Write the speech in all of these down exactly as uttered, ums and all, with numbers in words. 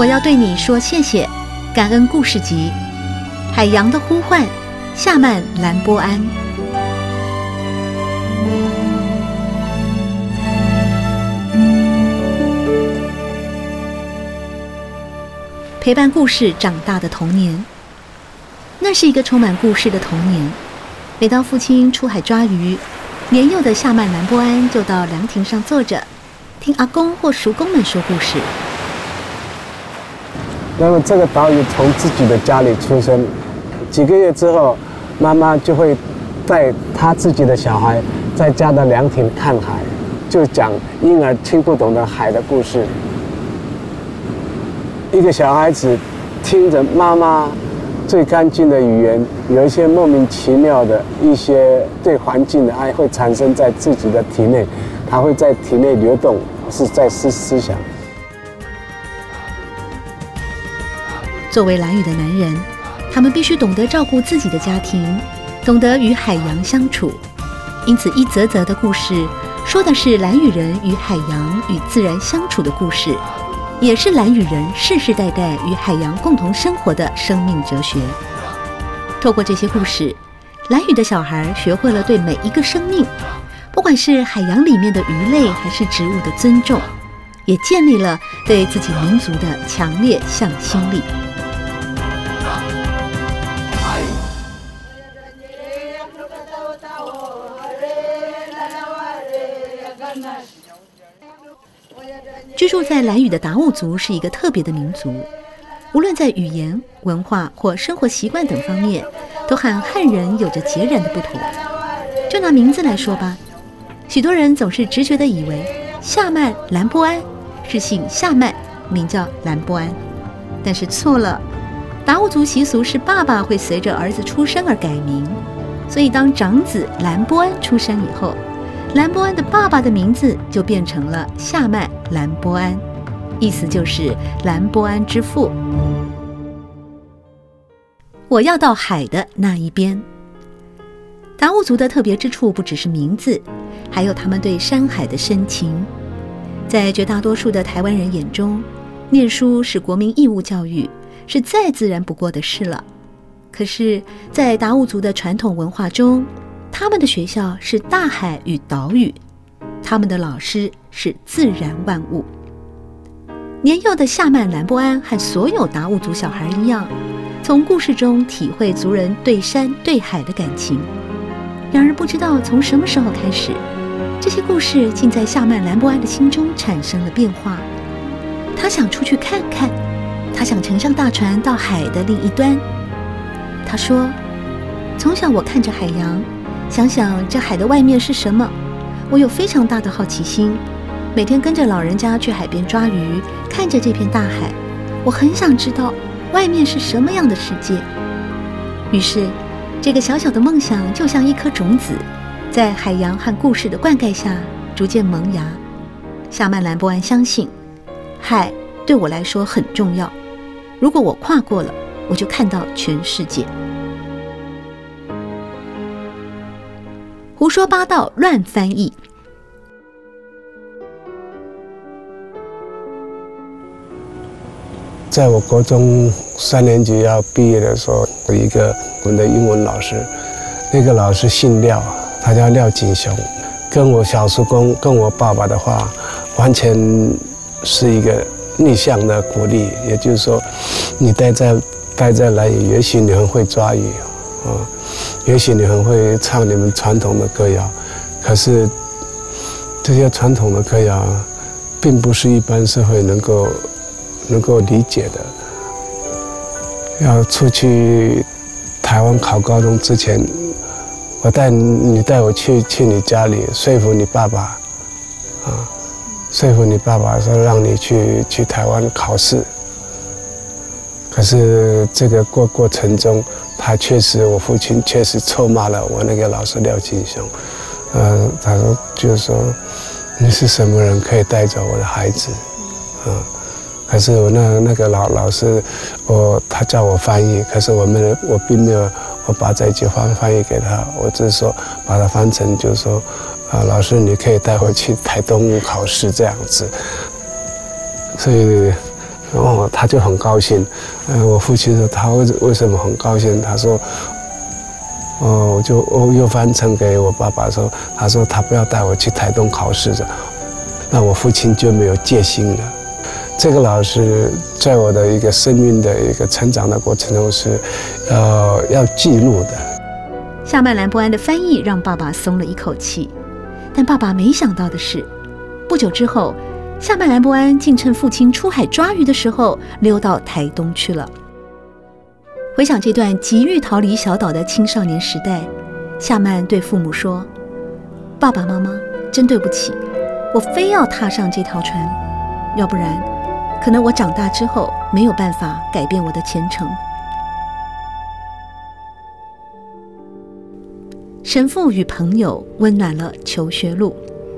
要对你说谢谢，感恩故事集，海洋的呼唤，夏曼兰波安。陪伴故事长大的童年，那是一个充满故事的童年。每当父亲出海抓鱼，年幼的夏曼兰波安就到凉亭上坐着，听阿公或叔公们说故事。 那么这个岛屿从自己的家里出生，几个月之后，妈妈就会带她自己的小孩在家的凉亭看海，就讲婴儿听不懂的海的故事。一个小孩子听着妈妈最干净的语言，有一些莫名其妙的一些对环境的爱会产生在自己的体内，它会在体内流动，是在思思想。 作为兰屿的男人，他们必须懂得照顾自己的家庭，懂得与海洋相处。因此，一则则的故事说的是兰屿人与海洋与自然相处的故事，也是兰屿人世世代代与海洋共同生活的生命哲学。透过这些故事，兰屿的小孩学会了对每一个生命，不管是海洋里面的鱼类还是植物的尊重，也建立了对自己民族的强烈向心力。居住在兰屿的达悟族是一个特别的民族，无论在语言、文化或生活习惯等方面，都和汉人有着截然的不同。就拿名字来说吧，许多人总是直觉地以为夏曼兰波安是姓夏曼，名叫兰波安，但是错了。达悟族习俗是爸爸会随着儿子出生而改名，所以当长子兰波安出生以后，兰波安的爸爸的名字就变成了夏曼兰波安，意思就是兰波安之父。我要到海的那一边。达悟族的特别之处不只是名字，还有他们对山海的深情。在绝大多数的台湾人眼中，念书是国民义务教育，是再自然不过的事了。可是在达悟族的传统文化中，他们的学校是大海与岛屿，他们的老师是自然万物。年幼的夏曼兰波安和所有达悟族小孩一样，从故事中体会族人对山对海的感情。然而不知道从什么时候开始，这些故事竟在夏曼兰波安的心中产生了变化。他想出去看看，他想乘上大船到海的另一端。他说，从小我看着海洋，想想这海的外面是什么，我有非常大的好奇心，每天跟着老人家去海边抓鱼，看着这片大海，我很想知道外面是什么样的世界。于是这个小小的梦想就像一颗种子，在海洋和故事的灌溉下逐渐萌芽。夏曼兰波安相信，海对我来说很重要，如果我跨过了，我就看到全世界。胡说八道，乱翻译。 在我国中三年级要毕业的时候，有一个我们的英文老师，那个老师姓廖，他叫廖锦雄，跟我小叔公跟我爸爸的话，完全是一个逆向的鼓励。也就是说，你待在待在兰屿，也许你很会抓鱼啊。也许你很会唱你们传统的歌谣，可是这些传统的歌谣并不是一般社会能够能够理解的。要出去台湾考高中之前，我带你带我去去你家里说服你爸爸，啊，说服你爸爸说让你去去台湾考试。可是这个过过程中，他确实，我父亲确实臭骂了我那个老师廖锦雄，呃，他说就是说，你是什么人可以带走我的孩子，啊、呃，可是我那那个老老师，我他叫我翻译，可是我们我并没有我把这句话翻译给他，我只是说把它翻成就是说，啊、呃，老师你可以带我去台东考试这样子，所以哦，他就很高兴。呃，我父亲说他为为什么很高兴？他说，哦，我就我又翻成给我爸爸说，他说他不要带我去台东考试的，那我父亲就没有戒心了。这个老师在我的一个生命的一个成长的过程中是，呃，要记录的。 夏曼兰波安的翻译让爸爸松了一口气，但爸爸没想到的是，不久之后，夏曼兰波安竟趁父亲出海抓鱼的时候溜到台东去了。回想这段急于逃离小岛的青少年时代，夏曼对父母说：“爸爸妈妈，真对不起，我非要踏上这条船，要不然可能我长大之后没有办法改变我的前程。”神父与朋友温暖了求学路。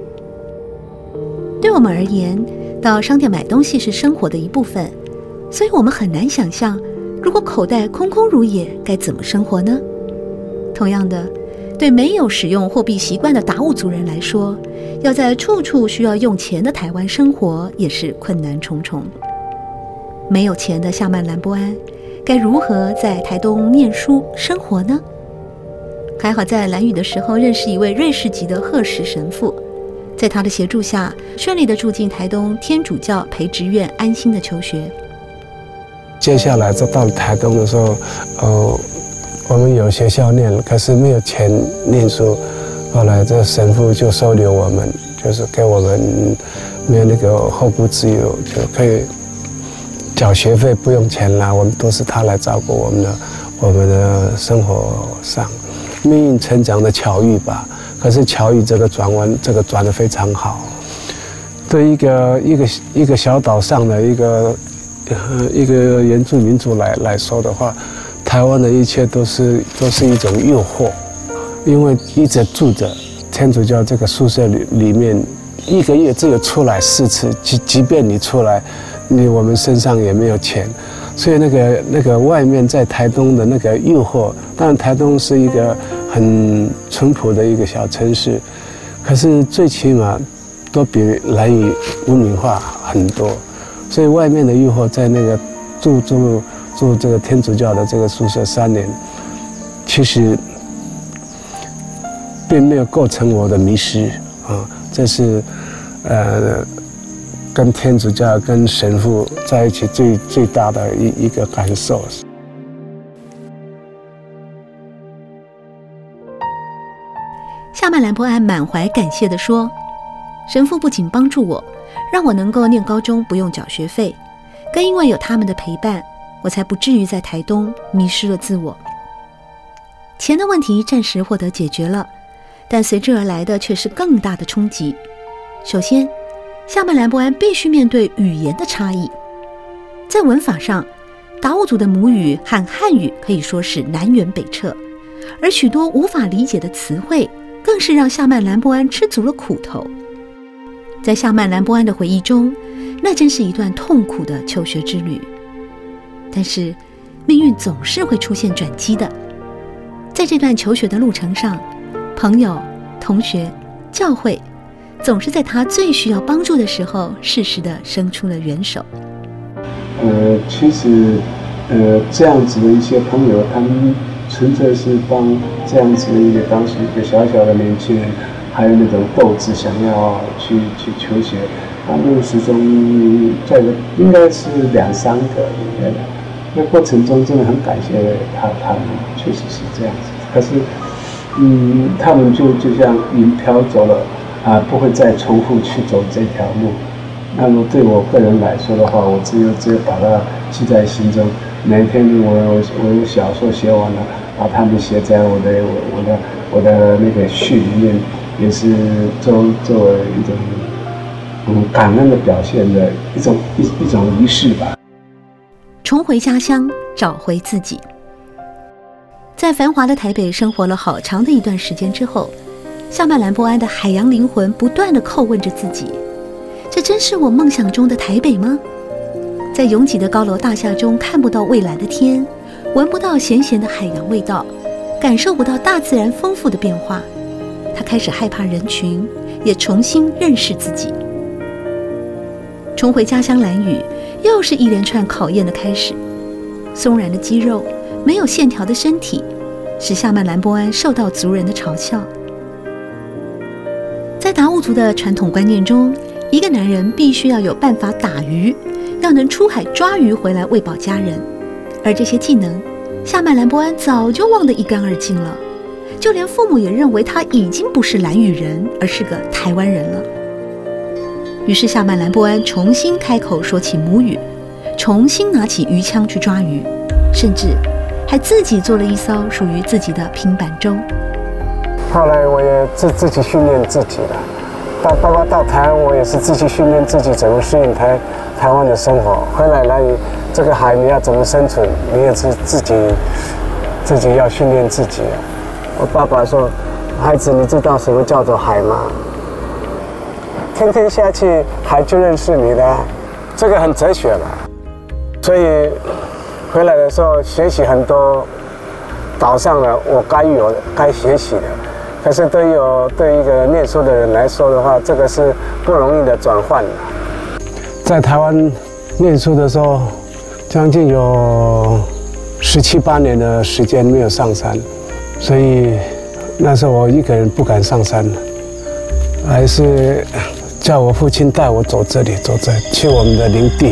对我们而言，到商店买东西是生活的一部分，所以我们很难想象，如果口袋空空如也，该怎么生活呢？同样的，对没有使用货币习惯的达悟族人来说，要在处处需要用钱的台湾生活也是困难重重。没有钱的夏曼兰波安该如何在台东念书生活呢？还好在兰屿的时候认识一位瑞士籍的贺石神父，在他的协助下，顺利的住进台东天主教培植院，安心的求学。 接下来就到了台东的时候，呃，我们有学校念了，可是没有钱念书。后来这神父就收留我们，就是给我们没有那个后顾之忧，就可以缴学费不用钱啦。我们都是他来照顾我们的我们的生活上。命运成长的巧遇吧，可是巧遇这个转弯，这个转得非常好。对一个一个一个小岛上的一个呃一个原住民族来来说的话，台湾的一切都是都是一种诱惑，因为一直住着天主教这个宿舍里里面，一个月只有出来四次，即即便你出来，你我们身上也没有钱。所以那个那个外面在台东的那个诱惑，当然台东是一个很淳朴的一个小城市，可是最起码都比兰屿文明化很多。所以外面的诱惑，在那个住住住这个天主教的这个宿舍三年，其实并没有构成我的迷失啊，这是呃。跟天主教、跟神父在一起最最大的一一个感受。 夏曼兰波安满怀感谢地说：“神父不仅帮助我，让我能够念高中不用缴学费，更因为有他们的陪伴，我才不至于在台东迷失了自我。钱的问题暂时获得解决了，但随之而来的却是更大的冲击。首先，夏曼兰波安必须面对语言的差异。在文法上，达悟族的母语和汉语可以说是南辕北辙，而许多无法理解的词汇更是让夏曼兰波安吃足了苦头。在夏曼兰波安的回忆中，那真是一段痛苦的求学之旅。但是命运总是会出现转机的。在这段求学的路程上，朋友、同学、教会总是在他最需要帮助的时候，适时地伸出了援手。 呃，其实，呃，这样子的一些朋友，他们纯粹是帮这样子的一个当时一个小小的年轻人，还有那种斗志，想要去去求学。他们始终在的应该是两三个，应该的。那过程中真的很感谢他，他们确实是这样子。可是，嗯，他们就就像云飘走了。啊，不会再重复去走这条路。那么对我个人来说的话，我只有只有把它记在心中。每天我我我小说写完了，把它们写在我的我我的我的那个序里面，也是作作为一种嗯感恩的表现的一种一一种仪式吧。 重回家乡，找回自己。在繁华的台北生活了好长的一段时间之后，夏曼兰波安的海洋灵魂不断地叩问着自己：这真是我梦想中的台北吗？在拥挤的高楼大厦中，看不到蔚蓝的天，闻不到咸咸的海洋味道，感受不到大自然丰富的变化。他开始害怕人群，也重新认识自己。重回家乡兰屿， 又是一连串考验的开始。松软的肌肉，没有线条的身体，使夏曼兰波安受到族人的嘲笑。在达悟族的传统观念中，一个男人必须要有办法打鱼，要能出海抓鱼回来喂饱家人。而这些技能，夏曼兰波安早就忘得一干二净了，就连父母也认为他已经不是兰屿人，而是个台湾人了。于是夏曼兰波安重新开口说起母语，重新拿起鱼枪去抓鱼，甚至还自己做了一艘属于自己的平板舟。 后来我也自自己训练自己了，到包括到台湾，我也是自己训练自己怎么适应台台湾的生活。回来来这个海你要怎么生存，你也是自己自己要训练自己。我爸爸说：“孩子，你知道什么叫做海吗？天天下去，海就认识你了。”这个很哲学了。所以回来的时候学习很多岛上的我该有该学习的。可是对于我对一个念书的人来说的话，这个是不容易的转换。在台湾念书的时候，将近有十七八年的时间没有上山，所以那时候我一个人不敢上山，还是叫我父亲带我走这里走这里去我们的林地，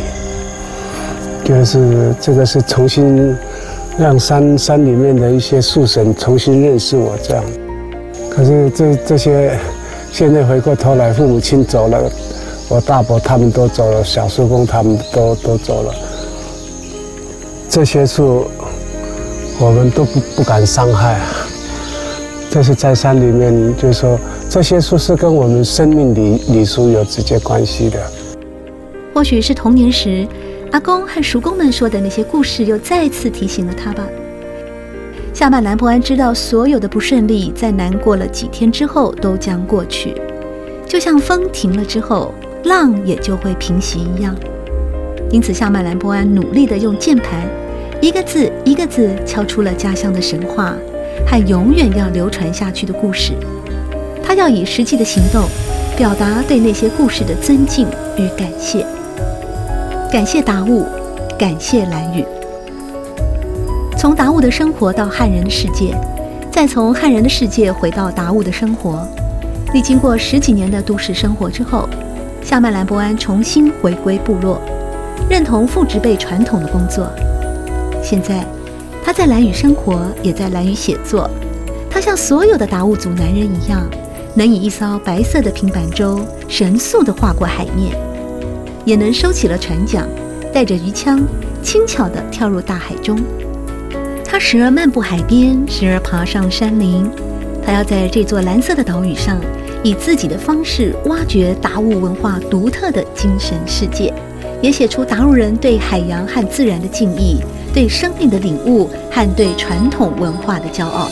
就是这个是重新让山山里面的一些树神重新认识我这样。可是这这些现在回过头来，父母亲走了，我大伯他们都走了，小叔公他们都都走了，这些树我们都不不敢伤害。这是在山里面，就是说这些树是跟我们生命礼礼俗有直接关系的。 或许是童年时阿公和叔公们说的那些故事，又再次提醒了他吧。夏曼兰波安知道，所有的不顺利在难过了几天之后都将过去，就像风停了之后，浪也就会平息一样。因此夏曼兰波安努力地用键盘一个字一个字敲出了家乡的神话和永远要流传下去的故事。他要以实际的行动表达对那些故事的尊敬与感谢。感谢达悟，感谢兰屿。从达悟的生活到汉人的世界，再从汉人的世界回到达悟的生活，历经过十几年的都市生活之后，夏曼兰波安重新回归部落，认同父执辈传统的工作。现在他在兰屿生活，也在兰屿写作。他像所有的达悟族男人一样，能以一艘白色的平板舟神速地划过海面，也能收起了船桨，带着鱼枪轻巧地跳入大海中。他时而漫步海边，时而爬上山林。他要在这座蓝色的岛屿上，以自己的方式挖掘达悟文化独特的精神世界，也写出达悟人对海洋和自然的敬意，对生命的领悟和对传统文化的骄傲。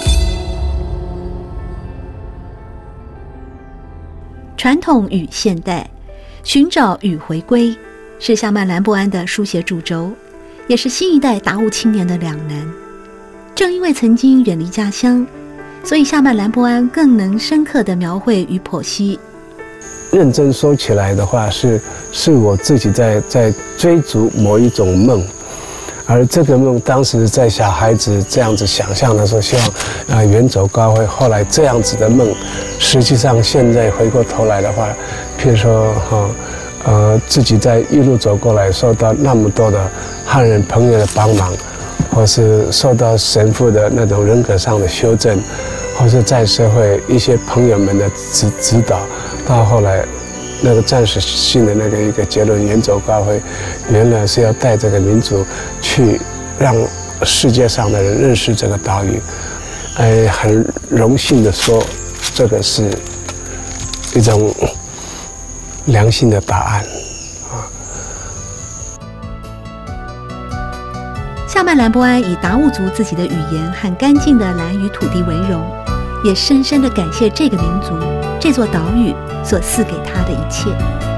传统与现代，寻找与回归，是夏曼兰波安的书写主轴，也是新一代达悟青年的两难。正因为曾经远离家乡，所以夏曼兰波安更能深刻地描绘与剖析。 认真说起来的话，是是我自己在在追逐某一种梦，而这个梦当时在小孩子这样子想象的时候，希望啊远走高飞。后来这样子的梦，实际上现在回过头来的话，譬如说哈呃自己在一路走过来，受到那么多的汉人朋友的帮忙，或是受到神父的那种人格上的修正，或是在社会一些朋友们的指指导，到后来那个暂时性的那个一个结论，远走高飞，原来是要带这个民族去让世界上的人认识这个岛屿。哎，很荣幸的说，这个是一种良性的答案。 夏曼兰波安以达悟族自己的语言和干净的兰屿土地为荣，也深深地感谢这个民族、这座岛屿所赐给他的一切。